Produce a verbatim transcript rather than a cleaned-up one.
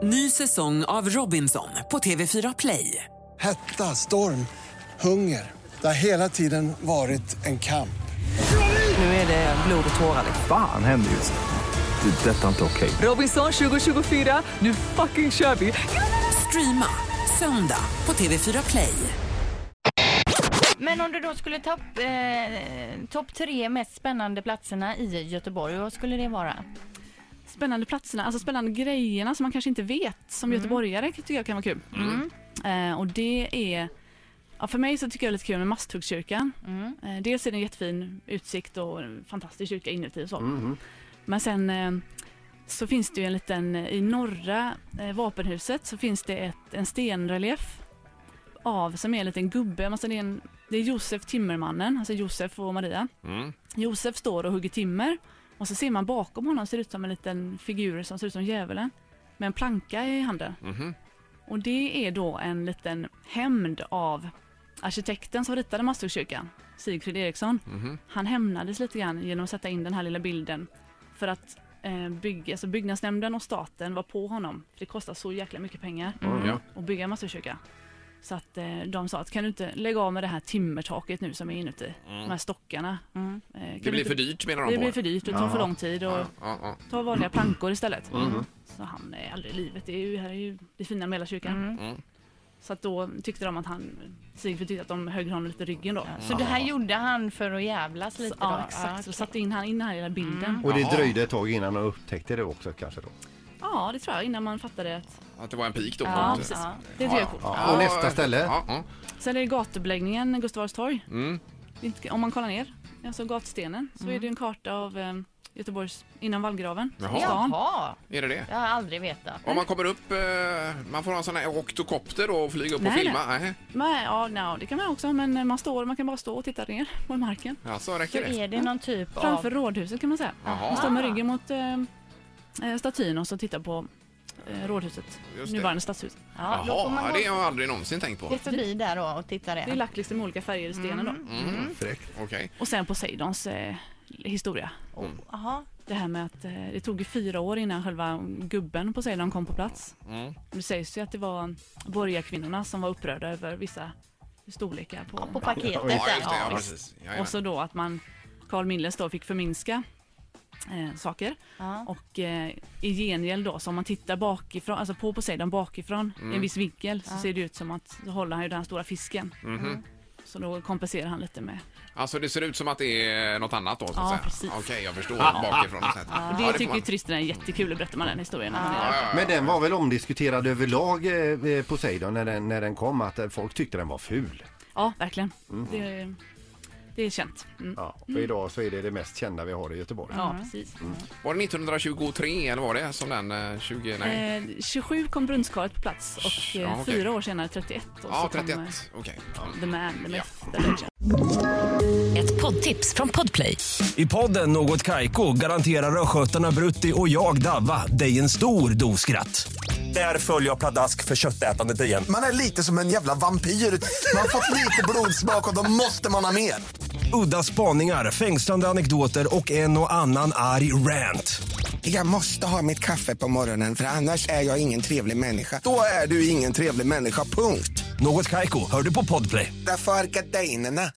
Ny säsong av Robinson på T V fyra Play. Hetta, storm, hunger. Det har hela tiden varit en kamp. Nu är det blod och tårar. Fan händer just det. Det är detta inte okej. Robinson tjugo tjugofyra, nu fucking kör vi. Streama söndag på T V fyra Play. Men om du då skulle ta upp eh, topp tre mest spännande platserna i Göteborg, vad skulle det vara? Spännande platserna, alltså spännande grejerna som man kanske inte vet som mm. göteborgare tycker jag kan vara kul. Mm. Eh, och det är, ja, för mig så tycker jag det är lite kul med Masthuggskyrkan. Mm. Eh, dels är det en jättefin utsikt och en fantastisk kyrka inuti och så. Mm. Men sen eh, så finns det ju en liten, i norra eh, vapenhuset så finns det ett, en stenrelief av som är en liten gubbe. Alltså det, är en, det är Josef Timmermannen, alltså Josef och Maria. Mm. Josef står och hugger timmer. Och så ser man bakom honom ser det ut som en liten figur som ser ut som djävulen. Med en planka i handen. Mm-hmm. Och det är då en liten hämnd av arkitekten som ritade Masthuggskyrkan, Sigfrid Eriksson. Mm-hmm. Han hämnades lite grann genom att sätta in den här lilla bilden. För att eh, bygga, alltså byggnadsnämnden och staten var på honom. För det kostar så jäkla mycket pengar mm. att bygga Masthuggskyrkan. Så att eh, de sa att kan du inte lägga av med det här timmertaket nu som är inuti, mm. de här stockarna. Mm. Eh, det blir inte, för dyrt menar de Det på. blir för dyrt och tar ja. för lång tid och ja, ja, ja. ta vanliga plankor istället. Mm. Så han är aldrig i livet. Det är ju, här är ju det fina med hela kyrkan. Mm. Mm. Så att då tyckte de att han, Sigfrid tyckte att de högg honom lite ryggen då. Ja. Så det här gjorde han för att jävlas lite så, då? Ja, exakt. Ja, så satte in han in den här lilla bilden. Mm. Och det dröjde ett tag innan de upptäckte det också kanske då? Ja, det tror jag, innan man fattade att... Att det var en pik då? Ja, precis. Ja. Det är det coolt. Ja. Och nästa ställe? Ja, ja. Sen är det gatubeläggningen Gustav Adolfs torg. Mm. Om man kollar ner, alltså gatstenen, så mm. är det en karta av eh, Göteborgs, innan vallgraven. Jaha. Jaha. Är det det? Jag har aldrig vetat. Om man kommer upp, eh, man får ha en sån här oktokopter då och flyga upp nej, och filma? Nej, nej. nej ja, no, det kan man också, men man, står, man kan bara stå och titta ner på marken. Ja, så räcker så det. är det någon typ av... Framför rådhuset kan man säga. Jaha. Man står med ryggen mot eh, statyn och så tittar på eh, rådhuset, nuvarande stadshus. Ja, Jaha, man gå... det har jag aldrig någonsin tänkt på. Det är förbi där då och tittar det. Det är lagt liksom med olika färger i stenen mm. då. Mm. Mm. Fräckt. Okay. Och sen Poseidons eh, historia. Mm. Aha. Det här med att eh, det tog ju fyra år innan själva gubben Poseidon kom på plats. Mm. Det sägs ju att det var borgarkvinnorna som var upprörda över vissa storlekar på, ja, på paketet. Ja, just det, ja, precis. Och så då att man, Carl Milles då fick förminska eh, saker. Ja. Och eh, i gengäld då, så om man tittar bakifrån, alltså på Poseidon bakifrån mm. i en viss vinkel så ja. ser det ut som att så håller han ju den här stora fisken. Mm. Mm. Så då kompenserar han lite med. Alltså det ser ut som att det är något annat då så att ja, säga. Precis. Okej, okay, jag förstår ja. bakifrån. Ja. Ja, det, ja, det tycker ju turisterna är jättekul att berätta man den historien. Ja. Ja, ja, ja. Men den var väl omdiskuterad överlag eh, Poseidon när den, när den kom, att folk tyckte den var ful. Ja, verkligen. Mm. Det, det är känt. Mm. Ja, och idag så är det det mest kända vi har i Göteborg. Ja, precis. Mm. Var det nittonhundratjugotre eller var det som den tjugo? Nej. Eh, tjugosju kom brunskaret på plats och eh, ja, okay. fyra år senare trettioett. Och ja, så trettioett. Okej. Okay. The Man, the myth, ja. the legend. Ett poddtips från Podplay. I podden Något Kaiko garanterar röskötarna Brutti och jag Davva dig en stor doskratt. Där följer jag pladask för köttätandet igen. Man är lite som en jävla vampyr. Man har fått lite blodsmak och då måste man ha mer. Udda spaningar, fängslande anekdoter och en och annan arg rant. Jag måste ha mitt kaffe på morgonen för annars är jag ingen trevlig människa. Då är du ingen trevlig människa, punkt. Något Kaiko, hör du på Podplay. Därför är gardinerna.